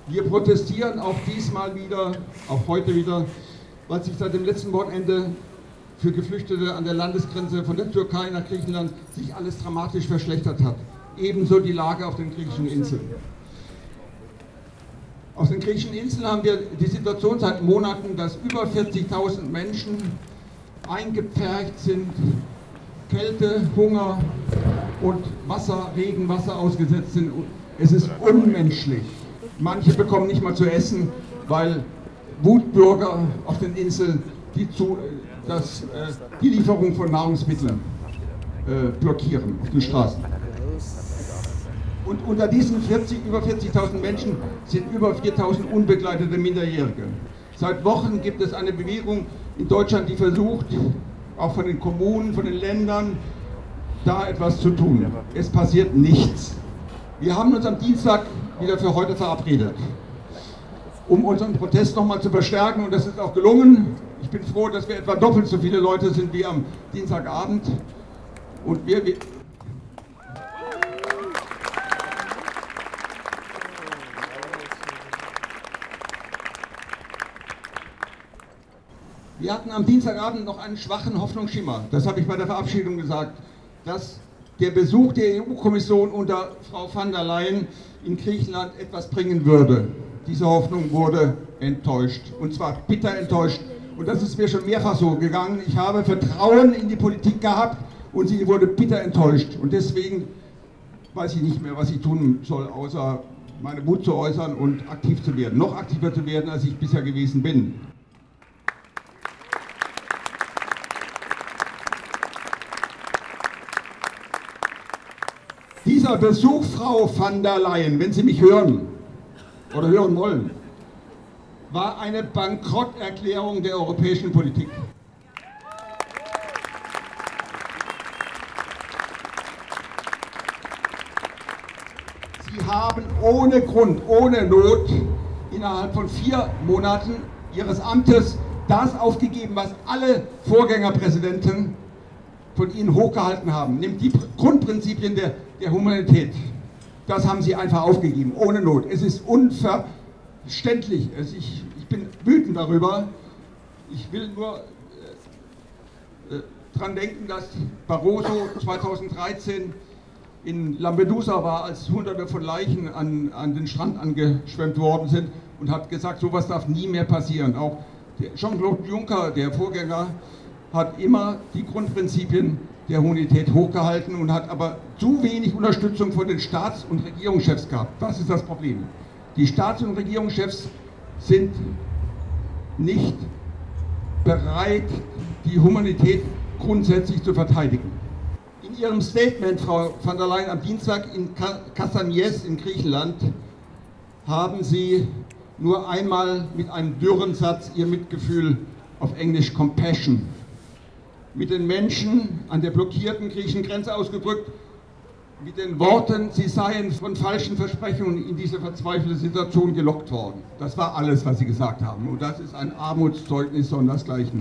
Wir protestieren auch diesmal wieder, auch heute wieder, weil sich seit dem letzten Wochenende für Geflüchtete an der Landesgrenze von der Türkei nach Griechenland sich alles dramatisch verschlechtert hat. Ebenso die Lage auf den griechischen Inseln. Auf den griechischen Inseln haben wir die Situation seit Monaten, dass über 40.000 Menschen eingepfercht sind, Kälte, Hunger und Regenwasser ausgesetzt sind. Es ist unmenschlich. Manche bekommen nicht mal zu essen, weil Wutbürger auf den Inseln die Lieferung von Nahrungsmitteln blockieren auf den Straßen. Und unter diesen über 40.000 Menschen sind über 4.000 unbegleitete Minderjährige. Seit Wochen gibt es eine Bewegung in Deutschland, die versucht, auch von den Kommunen, von den Ländern, da etwas zu tun. Es passiert nichts. Wir haben uns am Dienstag wieder für heute verabredet, um unseren Protest nochmal zu verstärken, und das ist auch gelungen. Ich bin froh, dass wir etwa doppelt so viele Leute sind wie am Dienstagabend. Und wir hatten am Dienstagabend noch einen schwachen Hoffnungsschimmer, das habe ich bei der Verabschiedung gesagt, dass der Besuch der EU-Kommission unter Frau von der Leyen in Griechenland etwas bringen würde. Diese Hoffnung wurde enttäuscht, und zwar bitter enttäuscht. Und das ist mir schon mehrfach so gegangen. Ich habe Vertrauen in die Politik gehabt und sie wurde bitter enttäuscht. Und deswegen weiß ich nicht mehr, was ich tun soll, außer meine Wut zu äußern und aktiv zu werden. Noch aktiver zu werden, als ich bisher gewesen bin. Dieser Besuch, Frau von der Leyen, wenn Sie mich hören oder hören wollen, war eine Bankrotterklärung der europäischen Politik. Sie haben ohne Grund, ohne Not innerhalb von 4 Monaten Ihres Amtes das aufgegeben, was alle Vorgängerpräsidenten von Ihnen hochgehalten haben, nämlich die Grundprinzipien der Humanität. Das haben Sie einfach aufgegeben, ohne Not. Es ist unverständlich. Ich bin wütend darüber. Ich will nur daran denken, dass Barroso 2013 in Lampedusa war, als Hunderte von Leichen an den Strand angeschwemmt worden sind, und hat gesagt, sowas darf nie mehr passieren. Auch Jean-Claude Juncker, der Vorgänger, hat immer die Grundprinzipien der Humanität hochgehalten und hat aber zu wenig Unterstützung von den Staats- und Regierungschefs gehabt. Das ist das Problem. Die Staats- und Regierungschefs sind nicht bereit, die Humanität grundsätzlich zu verteidigen. In Ihrem Statement, Frau von der Leyen, am Dienstag in Kassanies in Griechenland haben Sie nur einmal mit einem dürren Satz Ihr Mitgefühl, auf Englisch Compassion, mit den Menschen an der blockierten griechischen Grenze ausgedrückt, mit den Worten, sie seien von falschen Versprechungen in diese verzweifelte Situation gelockt worden. Das war alles, was Sie gesagt haben. Und das ist ein Armutszeugnis sondersgleichen.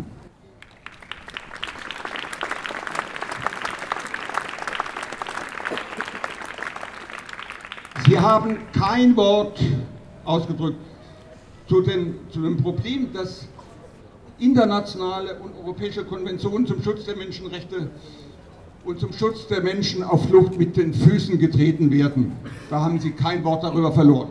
Sie haben kein Wort ausgedrückt zu dem Problem, dass internationale und europäische Konventionen zum Schutz der Menschenrechte und zum Schutz der Menschen auf Flucht mit den Füßen getreten werden. Da haben Sie kein Wort darüber verloren.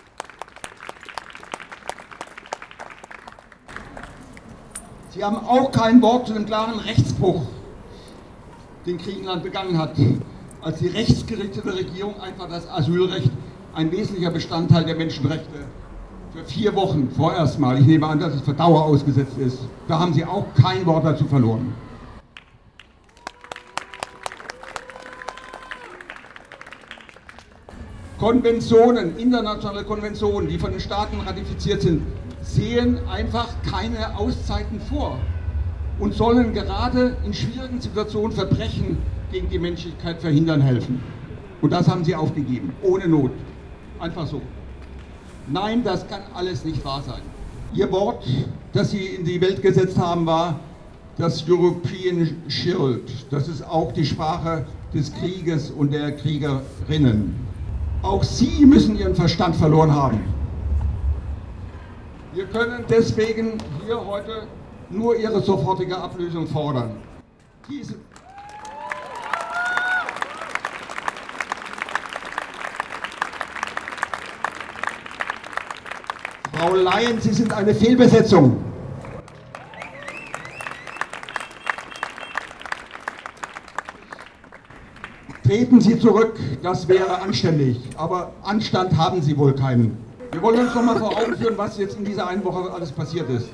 Sie haben auch kein Wort zu dem klaren Rechtsbruch, den Griechenland begangen hat, als die rechtsgerichtete Regierung einfach das Asylrecht, ein wesentlicher Bestandteil der Menschenrechte, für 4 Wochen vorerst mal, ich nehme an, dass es für Dauer ausgesetzt ist, da haben Sie auch kein Wort dazu verloren. Konventionen, internationale Konventionen, die von den Staaten ratifiziert sind, sehen einfach keine Auszeiten vor und sollen gerade in schwierigen Situationen Verbrechen gegen die Menschlichkeit verhindern helfen. Und das haben Sie aufgegeben, ohne Not, einfach so. Nein, das kann alles nicht wahr sein. Ihr Wort, das Sie in die Welt gesetzt haben, war das European Shield. Das ist auch die Sprache des Krieges und der Kriegerinnen. Auch Sie müssen Ihren Verstand verloren haben. Wir können deswegen hier heute nur ihre sofortige Ablösung fordern. Frau Leyen, Sie sind eine Fehlbesetzung. Treten Sie zurück, das wäre anständig, aber Anstand haben Sie wohl keinen. Wir wollen uns noch mal vor Augen führen, was jetzt in dieser einen Woche alles passiert ist.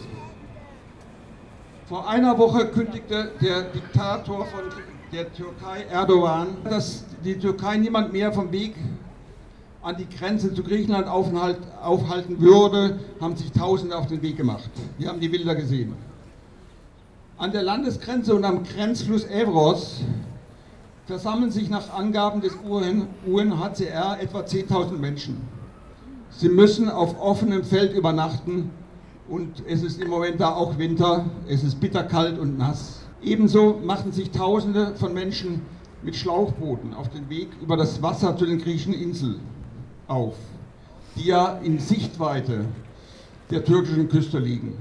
Vor einer Woche kündigte der Diktator von der Türkei, Erdogan, dass die Türkei niemand mehr vom Weg an die Grenze zu Griechenland aufhalten würde, haben sich Tausende auf den Weg gemacht. Wir haben die Bilder gesehen. An der Landesgrenze und am Grenzfluss Evros versammeln sich nach Angaben des UNHCR etwa 10.000 Menschen. Sie müssen auf offenem Feld übernachten und es ist im Moment da auch Winter, es ist bitterkalt und nass. Ebenso machen sich Tausende von Menschen mit Schlauchbooten auf den Weg über das Wasser zu den griechischen Inseln auf, die ja in Sichtweite der türkischen Küste liegen.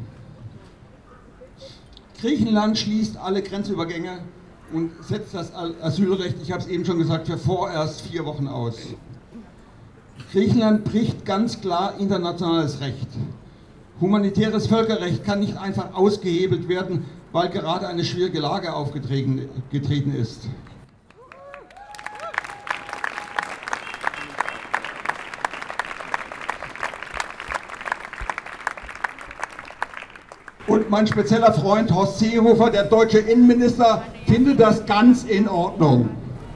Griechenland schließt alle Grenzübergänge und setzt das Asylrecht, ich habe es eben schon gesagt, für vorerst 4 Wochen aus. Griechenland bricht ganz klar internationales Recht. Humanitäres Völkerrecht kann nicht einfach ausgehebelt werden, weil gerade eine schwierige Lage aufgetreten ist. Und mein spezieller Freund Horst Seehofer, der deutsche Innenminister, findet das ganz in Ordnung.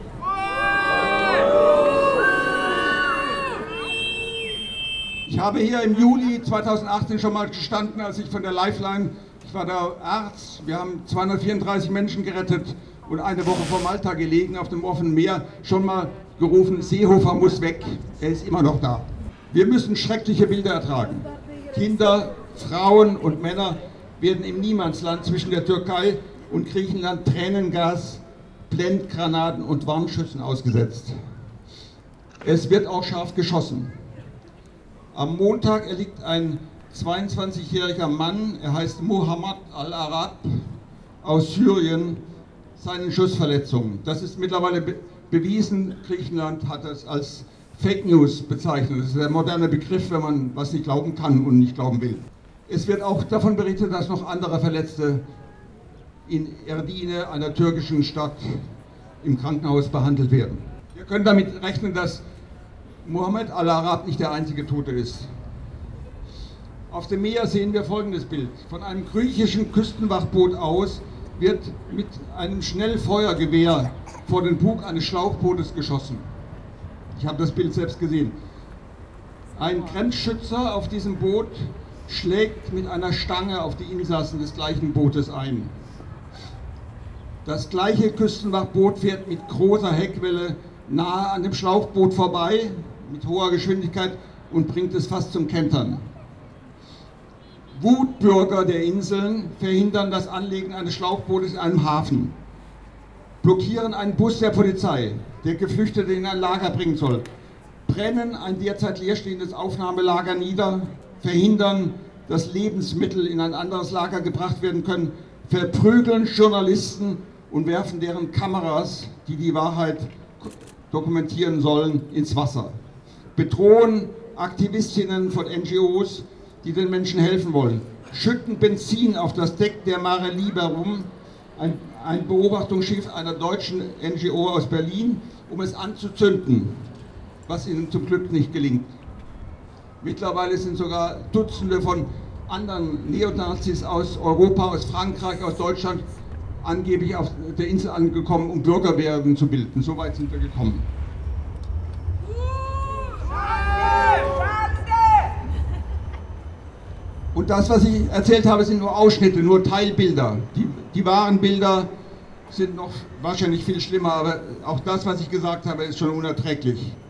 Ich habe hier im Juli 2018 schon mal gestanden, als ich von der Lifeline, ich war der Arzt, wir haben 234 Menschen gerettet und eine Woche vor Malta gelegen auf dem offenen Meer, schon mal gerufen, Seehofer muss weg, er ist immer noch da. Wir müssen schreckliche Bilder ertragen. Kinder, Frauen und Männer werden im Niemandsland zwischen der Türkei und Griechenland Tränengas, Blendgranaten und Warnschüssen ausgesetzt. Es wird auch scharf geschossen. Am Montag erliegt ein 22-jähriger Mann, er heißt Mohammed Al-Arab aus Syrien, seinen Schussverletzungen. Das ist mittlerweile bewiesen. Griechenland hat es als Fake News bezeichnet. Das ist der moderne Begriff, wenn man was nicht glauben kann und nicht glauben will. Es wird auch davon berichtet, dass noch andere Verletzte in Erdine, einer türkischen Stadt, im Krankenhaus behandelt werden. Wir können damit rechnen, dass Mohammed Al-Arab nicht der einzige Tote ist. Auf dem Meer sehen wir folgendes Bild. Von einem griechischen Küstenwachboot aus wird mit einem Schnellfeuergewehr vor den Bug eines Schlauchbootes geschossen. Ich habe das Bild selbst gesehen. Ein Grenzschützer auf diesem Boot schlägt mit einer Stange auf die Insassen des gleichen Bootes ein. Das gleiche Küstenwachboot fährt mit großer Heckwelle nahe an dem Schlauchboot vorbei, mit hoher Geschwindigkeit und bringt es fast zum Kentern. Wutbürger der Inseln verhindern das Anlegen eines Schlauchbootes in einem Hafen, blockieren einen Bus der Polizei, der Geflüchtete in ein Lager bringen soll, brennen ein derzeit leerstehendes Aufnahmelager nieder, verhindern, dass Lebensmittel in ein anderes Lager gebracht werden können, verprügeln Journalisten und werfen deren Kameras, die die Wahrheit dokumentieren sollen, ins Wasser. Bedrohen Aktivistinnen von NGOs, die den Menschen helfen wollen. Schütten Benzin auf das Deck der Mare Liberum, ein Beobachtungsschiff einer deutschen NGO aus Berlin, um es anzuzünden, was ihnen zum Glück nicht gelingt. Mittlerweile sind sogar Dutzende von anderen Neonazis aus Europa, aus Frankreich, aus Deutschland angeblich auf der Insel angekommen, um Bürgerwehren zu bilden. So weit sind wir gekommen. Und das, was ich erzählt habe, sind nur Ausschnitte, nur Teilbilder. Die wahren Bilder sind noch wahrscheinlich viel schlimmer, aber auch das, was ich gesagt habe, ist schon unerträglich.